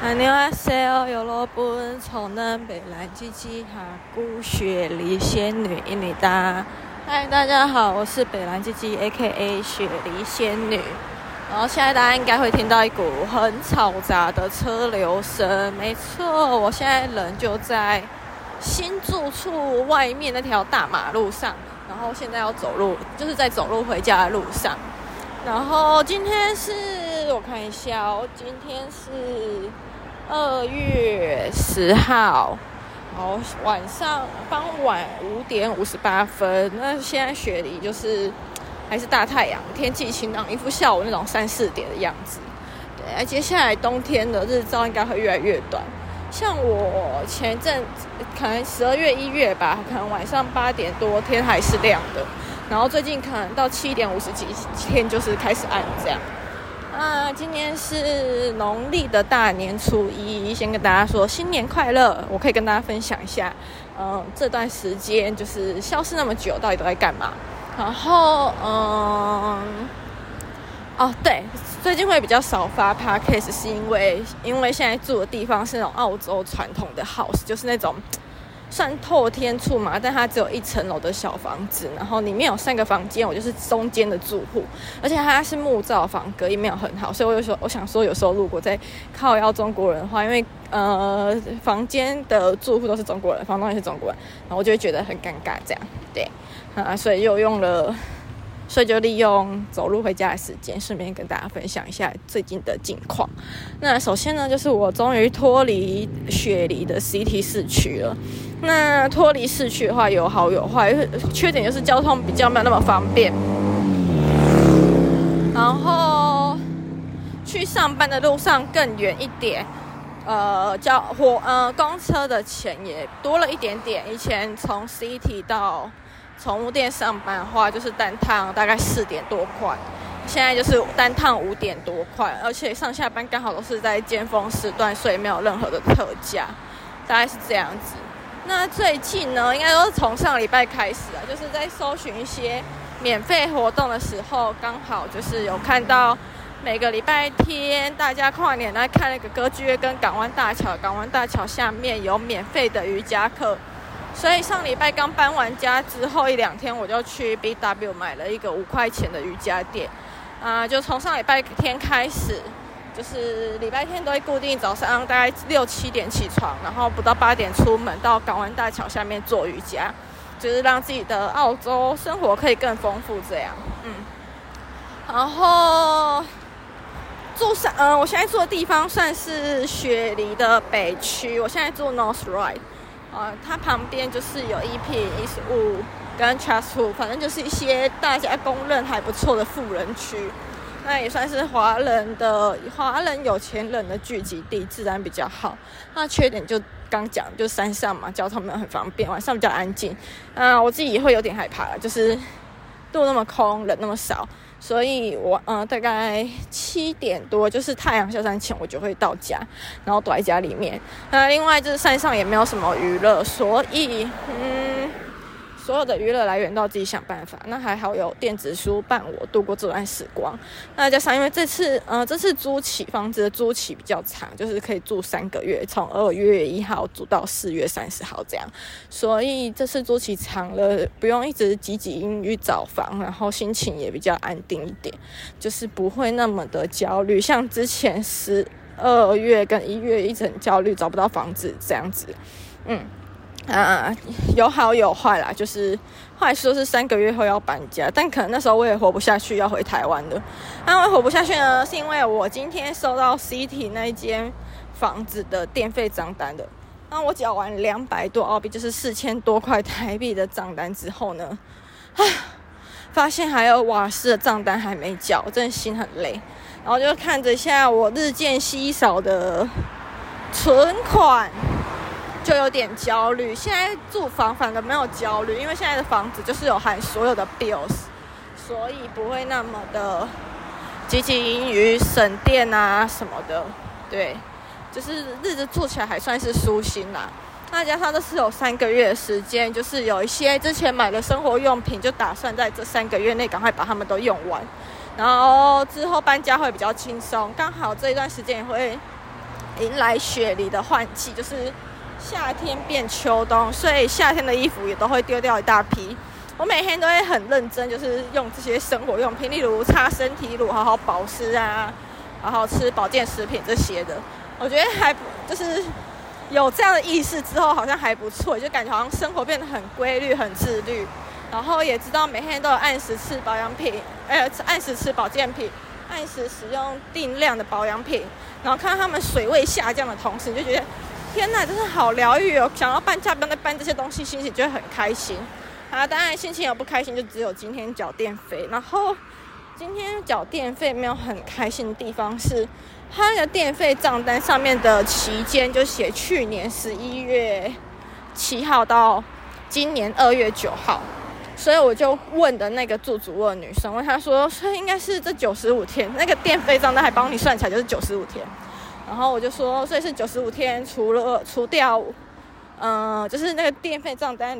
안녕하세요 여러분 저는北兰鸡鸡哈姑雪梨仙女입니다。嗨，大家好，我是北兰鸡鸡 AKA 雪梨仙女。然后现在大家应该会听到一股很嘈杂的车流声，没错，我现在人就在新住处外面那条大马路上，然后现在要走路，就是在走路回家的路上。然后今天是我看一下哦，今天是2月10号，好，傍晚5点58分。那现在雪梨就是还是大太阳，天气晴朗，一副下午那种3、4点的样子。对，接下来冬天的日照应该会越来越短。像我前一阵可能12月、1月吧，可能晚上8点多天还是亮的，然后最近可能到7点50几天就是开始暗这样。今天是农历的大年初一，先跟大家说新年快乐。我可以跟大家分享一下，这段时间就是消失那么久，到底都在干嘛？然后，对，最近会比较少发 podcast， 是因为现在住的地方是那种澳洲传统的 house， 就是那种算透天处嘛，但它只有1层楼的小房子，然后里面有3个房间，我就是中间的住户，而且它是木造房，隔音没有很好，所以我想说，有时候如果在靠邀中国人的话，因为房间的住户都是中国人，房东也是中国人，然后我就会觉得很尴尬，这样对所以就利用走路回家的时间，顺便跟大家分享一下最近的近况。那首先呢，就是我终于脱离雪梨的 City 市区了。那脱离市区的话，有好有坏，缺点就是交通比较没有那么方便，然后去上班的路上更远一点。公车的钱也多了一点点。以前从 City 到宠物店上班的话，就是单趟大概4点多块，现在就是单趟5点多块，而且上下班刚好都是在尖峰时段，所以没有任何的特价，大概是这样子。那最近呢，应该都是从上礼拜开始就是在搜寻一些免费活动的时候，刚好就是有看到每个礼拜天大家跨年来看那个歌剧院跟港湾大桥下面有免费的瑜伽课，所以上礼拜刚搬完家之后1-2天，我就去 BW 买了一个5块钱的瑜伽垫。就从上礼拜天开始，就是礼拜天都会固定早上大概6、7点起床，然后不到8点出门到港湾大桥下面做瑜伽，就是让自己的澳洲生活可以更丰富这样。然后我现在住的地方算是雪梨的北区，我现在住 North Ryde。它旁边就是有EP15跟 Chatswood， 反正就是一些大家公认还不错的富人区，那也算是华人有钱人的聚集地，自然比较好。那缺点就刚讲，就山上嘛，交通没有很方便，晚上比较安静。我自己也会有点害怕了，就是路那么空，人那么少，所以我大概7点多，就是太阳下山前我就会到家，然后躲在家里面。另外就是山上也没有什么娱乐，所以所有的娱乐来源都要自己想办法。那还好有电子书伴我度过这段时光。那加上因为这次房子的租期比较长，就是可以住3个月，从2月1号住到4月30号这样，所以这次租期长了，不用一直汲汲营营找房，然后心情也比较安定一点，就是不会那么的焦虑，像之前12月跟1月一直很焦虑找不到房子这样子。有好有坏啦，就是坏说是3个月后要搬家，但可能那时候我也活不下去，要回台湾了。我活不下去呢，是因为我今天收到 City 那间房子的电费账单的。我缴完200多澳币，就是4000多块台币的账单之后呢，发现还有瓦斯的账单还没缴，我真的心很累。然后就看着一下我日渐稀少的存款，就有点焦虑。现在住房反而没有焦虑，因为现在的房子就是有含所有的 bills， 所以不会那么的汲汲营营省电什么的。对，就是日子住起来还算是舒心啦。那加上这是有3个月的时间，就是有一些之前买的生活用品，就打算在这3个月内赶快把它们都用完，然后之后搬家会比较轻松。刚好这一段时间也会迎来雪梨的换季，就是夏天变秋冬，所以夏天的衣服也都会丢掉一大批。我每天都会很认真，就是用这些生活用品，例如擦身体乳、好好保湿啊，好好吃保健食品这些的。我觉得就是有这样的意识之后，好像还不错，就感觉好像生活变得很规律、很自律，然后也知道每天都有按时吃保养品，按时吃保健品，按时使用定量的保养品，然后看到他们水位下降的同时，你就觉得天哪，真是好疗愈哦！想要搬家不用再搬这些东西，心情就会很开心。当然心情有不开心，就只有今天缴电费。然后今天缴电费没有很开心的地方是，它那个电费账单上面的期间就写去年11月7号到今年2月9号，所以我就问的那个做主卧的女生，问她说，所以应该是这95天，那个电费账单还帮你算起来就是95天。然后我就说，所以是95天除掉。就是那个电费账单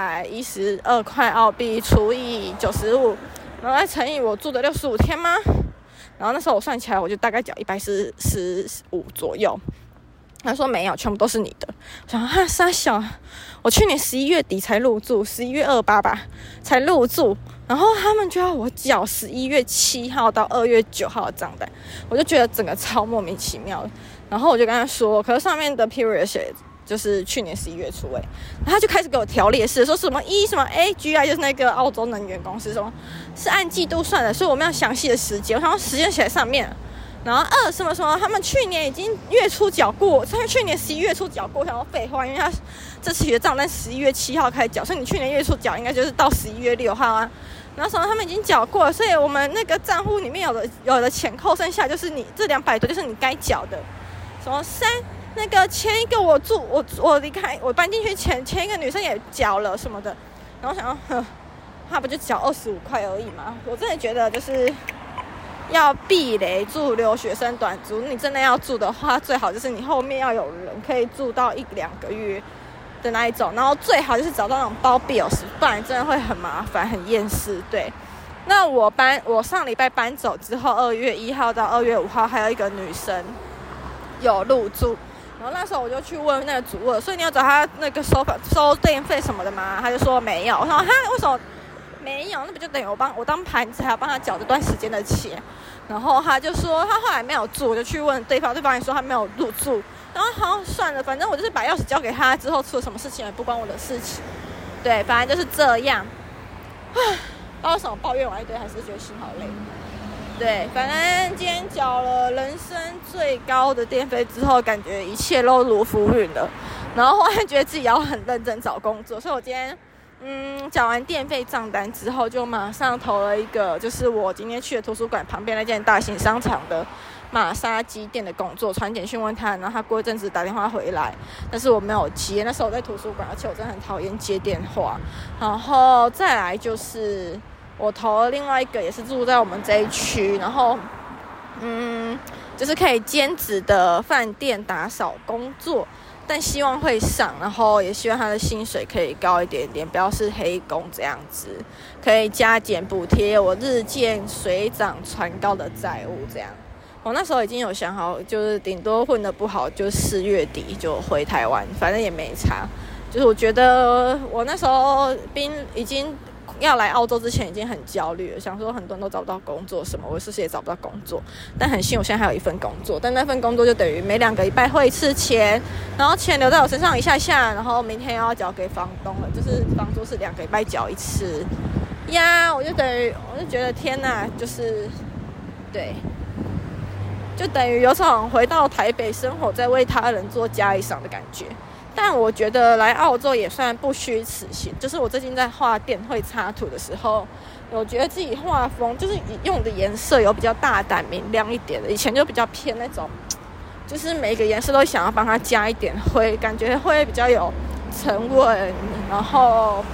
212块澳币除以95，然后再乘以我住的65天吗？然后那时候我算起来，我就大概缴145左右。他说没有，全部都是你的。我想傻小，我去年11月底才入住，11月28吧才入住，然后他们就要我缴11月7号到2月9号的账单，我就觉得整个超莫名其妙的。然后我就跟他说，可是上面的 period 写就是去年11月初然后他就开始给我条列式，说什么什么 AGI 就是那个澳洲能源公司，什么是按季度算的，所以我们要详细的时间，我想要时间写在上面。然后什么什么，他们去年已经月初缴过，他们去年11月初缴过，想要废话，因为他这期的账单11月7号开始缴，所以你去年月初缴应该就是到11月6号啊。然后什么他们已经缴过了，所以我们那个账户里面有的钱扣剩下就是你这200多就是你该缴的。什么那个前一个我离开我搬进去前一个女生也缴了什么的，然后想要他不就缴25块而已吗？我真的觉得就是要避雷住留学生短租，你真的要住的话，最好就是你后面要有人可以住到1-2个月的那一种，然后最好就是找到那种包 bills， 不然真的会很麻烦很厌世。对，那我上礼拜搬走之后，2月1号到2月5号还有一个女生有入住，然后那时候我就去问那个主卧，所以你要找他那个收电费什么的吗？他就说没有。我说为什么没有？那不就等于我当盘子还要帮他缴这段时间的钱？然后他就说他后来没有住，我就去问对方也说他没有入住。然后好算了，反正我就是把钥匙交给他之后，出了什么事情也不关我的事情。对，反正就是这样。不知道为什么抱怨完一堆，还是觉得心好累。对，反正今天缴了人生最高的电费之后，感觉一切都如浮云了。然后后来觉得自己要很认真找工作，所以我今天缴完电费账单之后，就马上投了一个，就是我今天去的图书馆旁边那间大型商场的马杀鸡店的工作，传简讯问他，然后他过一阵子打电话回来，但是我没有接，那时候我在图书馆，而且我真的很讨厌接电话。然后再来就是我投了另外一个，也是住在我们这一区，然后就是可以兼职的饭店打扫工作，但希望会上，然后也希望他的薪水可以高一点点，不要是黑工这样子，可以加减补贴我日渐水涨船高的债务这样。我那时候已经有想好，就是顶多混得不好，就4月底就回台湾，反正也没差。就是我觉得我那时候已经要来澳洲之前已经很焦虑了，想说很多人都找不到工作什么，我是不是也找不到工作？但很幸我现在还有一份工作，但那份工作就等于每2个礼拜汇一次钱，然后钱留在我身上一下下，然后明天又要交给房东了，就是房租是2个礼拜缴一次呀，我就觉得天哪，就是对，就等于有种回到台北生活，在为他人做家里赏的感觉。但我觉得来澳洲也算不虚此行，就是我最近在画电绘插图的时候，我觉得自己画风就是用的颜色有比较大胆明亮一点的，以前就比较偏那种，就是每个颜色都想要帮它加一点灰，感觉会比较有沉稳，然后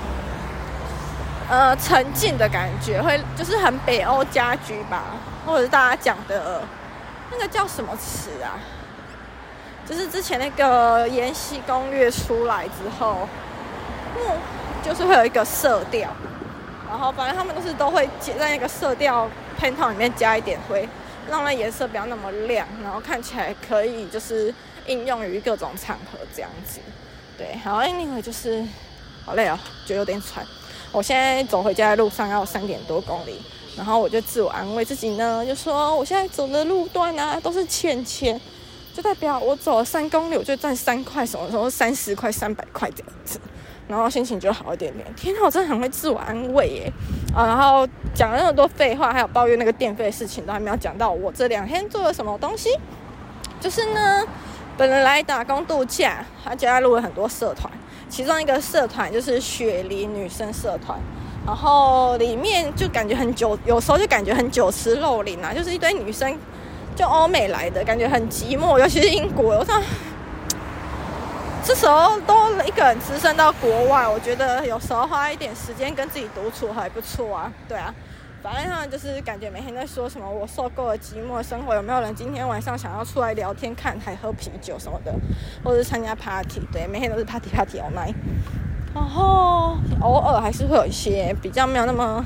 沉静的感觉，会就是很北欧家居吧，或者是大家讲的那个叫什么词啊？就是之前那个《延禧攻略》出来之后，就是会有一个色调，然后反正他们都会在那个色调喷筒里面加一点灰， 让那颜色不要那么亮，然后看起来可以就是应用于各种场合这样子。对，好 anyway 就是好累哦，觉得有点喘。我现在走回家的路上要3点多公里，然后我就自我安慰自己呢，就说我现在走的路段啊都是钱，就代表我走了3公里我就赚3块，什么时候30块300块这样子，然后心情就好一点点。天哪，我真的很会自我安慰耶然后讲了那么多废话，还有抱怨那个电费的事情，都还没有讲到我这2天做了什么东西。就是呢，本人来打工度假，他加入了很多社团，其中一个社团就是雪梨女生社团，然后里面就感觉有时候就感觉很酒池肉林啊，就是一堆女生，就欧美来的，感觉很寂寞，尤其是英国。我想这时候都一个人只身到国外，我觉得有时候花一点时间跟自己独处还不错啊。对啊，反正他们就是感觉每天在说什么我受够了寂寞的生活，有没有人今天晚上想要出来聊天看海喝啤酒什么的，或者是参加 party。 对，每天都是 party all night。 然后偶尔还是会有一些比较没有那么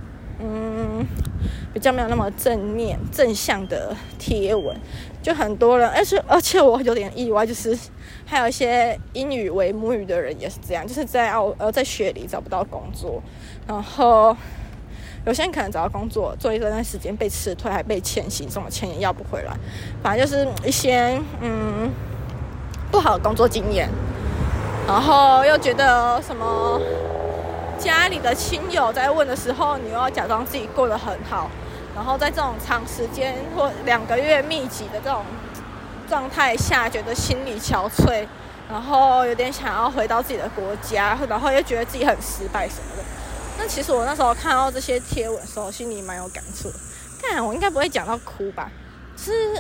正面正向的贴文，就很多人，而且我有点意外，就是还有一些英语为母语的人也是这样，就是在雪梨找不到工作，然后有些人可能找到工作做一段时间被辞退，还被欠薪，这种钱也要不回来，反正就是一些不好的工作经验，然后又觉得什么家里的亲友在问的时候，你又要假装自己过得很好，然后在这种长时间或2个月密集的这种状态下，觉得心力憔悴，然后有点想要回到自己的国家，然后又觉得自己很失败什么的。那其实我那时候看到这些贴文的时候，心里蛮有感触的。但我应该不会讲到哭吧？就是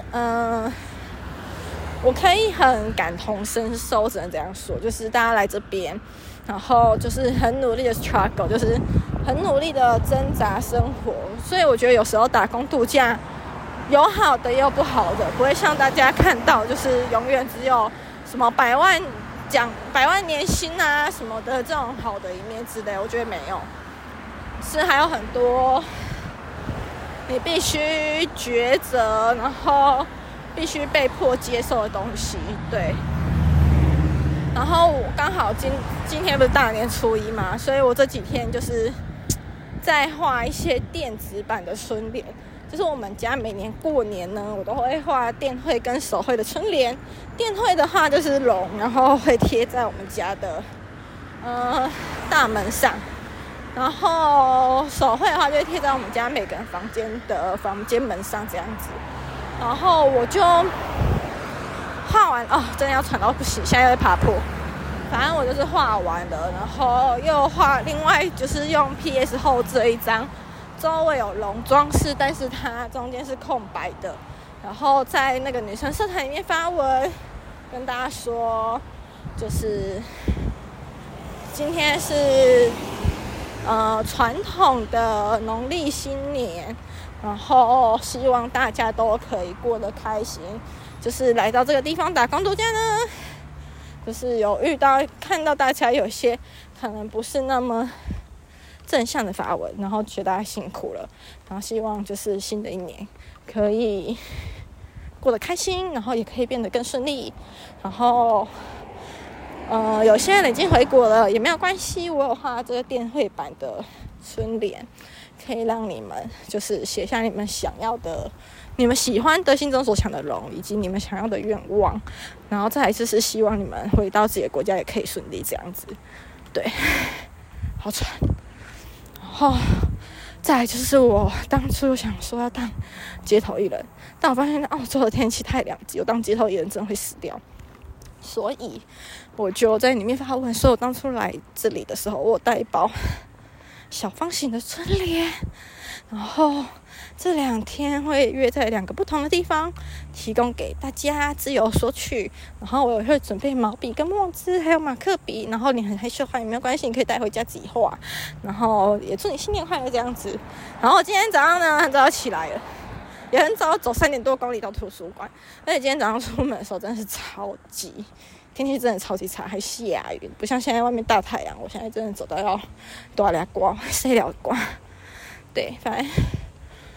我可以很感同身受，只能这样说。就是大家来这边，然后就是很努力的 struggle， 就是很努力的挣扎生活。所以我觉得有时候打工度假有好的也有不好的，不会像大家看到就是永远只有什么百万年薪啊什么的这种好的一面之类。我觉得没有，是还有很多你必须抉择，然后必须被迫接受的东西。对，然后我刚好今天不是大年初一嘛，所以我这几天就是在画一些电子版的春联。就是我们家每年过年呢，我都会画电绘跟手绘的春联。电绘的话就是龙，然后会贴在我们家的大门上，然后手绘的话就会贴在我们家每个人房间门上这样子。然后我就画完真的要喘到不行，现在又在爬坡。反正我就是画完了，然后又画另外就是用 PS 后置一张，周围有龙装饰，但是它中间是空白的。然后在那个女生社团里面发文跟大家说，就是今天是传统的农历新年，然后希望大家都可以过得开心。就是来到这个地方打工度假呢，就是有看到大家有些可能不是那么正向的发文，然后觉得大家辛苦了，然后希望就是新的一年可以过得开心，然后也可以变得更顺利。然后有些人已经回国了也没有关系，我有画这个电绘版的春联，可以让你们就是写下你们想要的、你们喜欢的、心中所想的龙，以及你们想要的愿望。然后再来就是希望你们回到自己的国家也可以顺利这样子。对，好喘。然后再来就是我当初想说要当街头艺人，但我发现澳洲的天气太凉极，我当街头艺人真的会死掉。所以我就在里面发问说，我当初来这里的时候，我有带一包小方形的春联，然后这2天会约在2个不同的地方提供给大家自由索取。然后我也会准备毛笔跟墨汁还有马克笔，然后你很害羞画也没有关系，你可以带回家自己画。然后也祝你新年快乐这样子。然后今天早上呢很早起来了，也很早走3点多公里到图书馆。而且今天早上出门的时候真的是超级天气真的超级差，还下雨，不像现在外面大太阳。我现在真的走到要大俩光晒了光。对，反正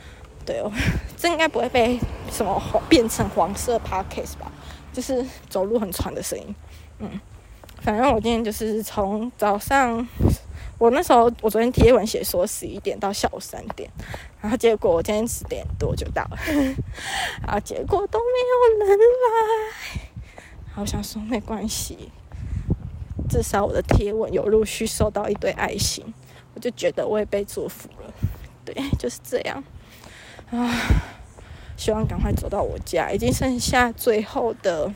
对哦，这应该不会被什么变成黄色 podcast 吧？就是走路很喘的声音。反正我今天就是从早上，我昨天贴文写说11点到下午3点，然后结果我今天10点多就到了，然后结果都没有人来。好想说没关系，至少我的贴文有陆续收到一堆爱心，我就觉得我也被祝福了。对，就是这样啊。希望赶快走到我家，已经剩下最后的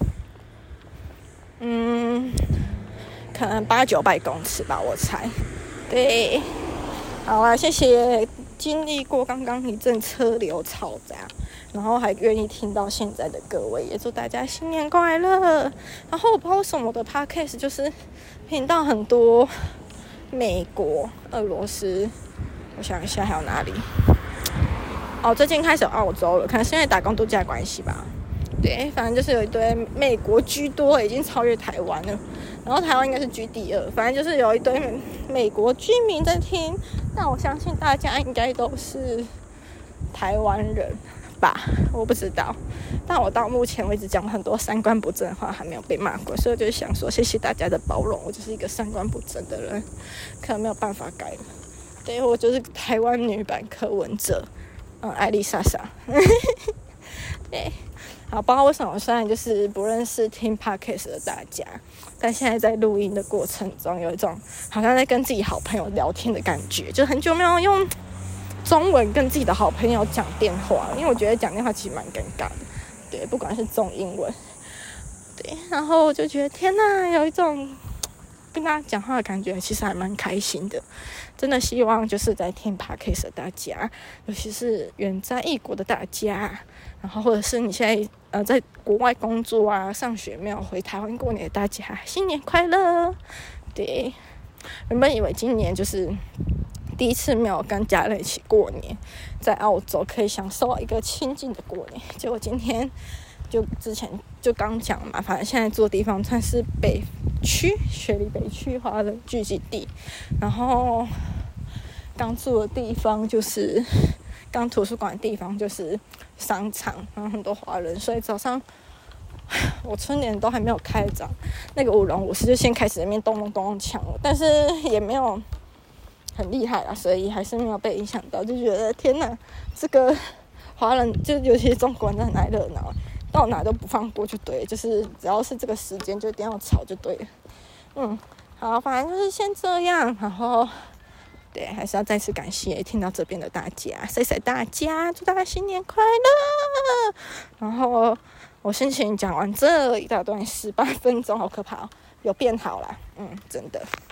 可能800-900公尺吧，我猜。对，好啊，谢谢经历过刚刚一阵车流嘈杂，然后还愿意听到现在的各位，也祝大家新年快乐。然后我不知道为什么我的 podcast 就是频道很多美国、俄罗斯，我想一下还有哪里。最近开始有澳洲了，可能是因为打工度假的关系吧。对，反正就是有一堆美国居多，已经超越台湾了。然后台湾应该是居第2，反正就是有一堆美国居民在听。但我相信大家应该都是台湾人吧，我不知道。但我到目前为止讲了很多三观不正的话，还没有被骂过，所以我就想说，谢谢大家的包容。我就是一个三观不正的人，可能没有办法改了。对，我就是台湾女版柯文哲，艾丽莎莎。对。好，不知道为什么，虽然就是不认识听 podcast 的大家，但现在在录音的过程中，有一种好像在跟自己好朋友聊天的感觉，就很久没有用中文跟自己的好朋友讲电话，因为我觉得讲电话其实蛮尴尬的，对，不管是中英文，对，然后我就觉得天哪，有一种跟大家讲话的感觉，其实还蛮开心的。真的希望就是在听 podcast 的大家，尤其是远在异国的大家，然后或者是你现在在国外工作啊、上学没有回台湾过年的大家，新年快乐！对，原本以为今年就是第一次没有跟家人一起过年，在澳洲可以享受一个清静的过年，结果今天就之前就刚讲嘛，反正现在住的地方算是北区雪梨北区华人聚集地，然后刚住的地方就是刚图书馆的地方就是商场，然后很多华人，所以早上我春联都还没有开张，那个舞龙舞狮就先开始在那边咚咚咚抢了，但是也没有很厉害啦，所以还是没有被影响到，就觉得天哪，这个华人就尤其是中国人很爱热闹，到哪都不放过就对了，就是只要是这个时间就一定要吵就对了。好，反正就是先这样，然后对，还是要再次感谢听到这边的大家，谢谢大家，祝大家新年快乐。然后我心情讲完这一大段18分钟，好可怕哦，有变好啦，真的。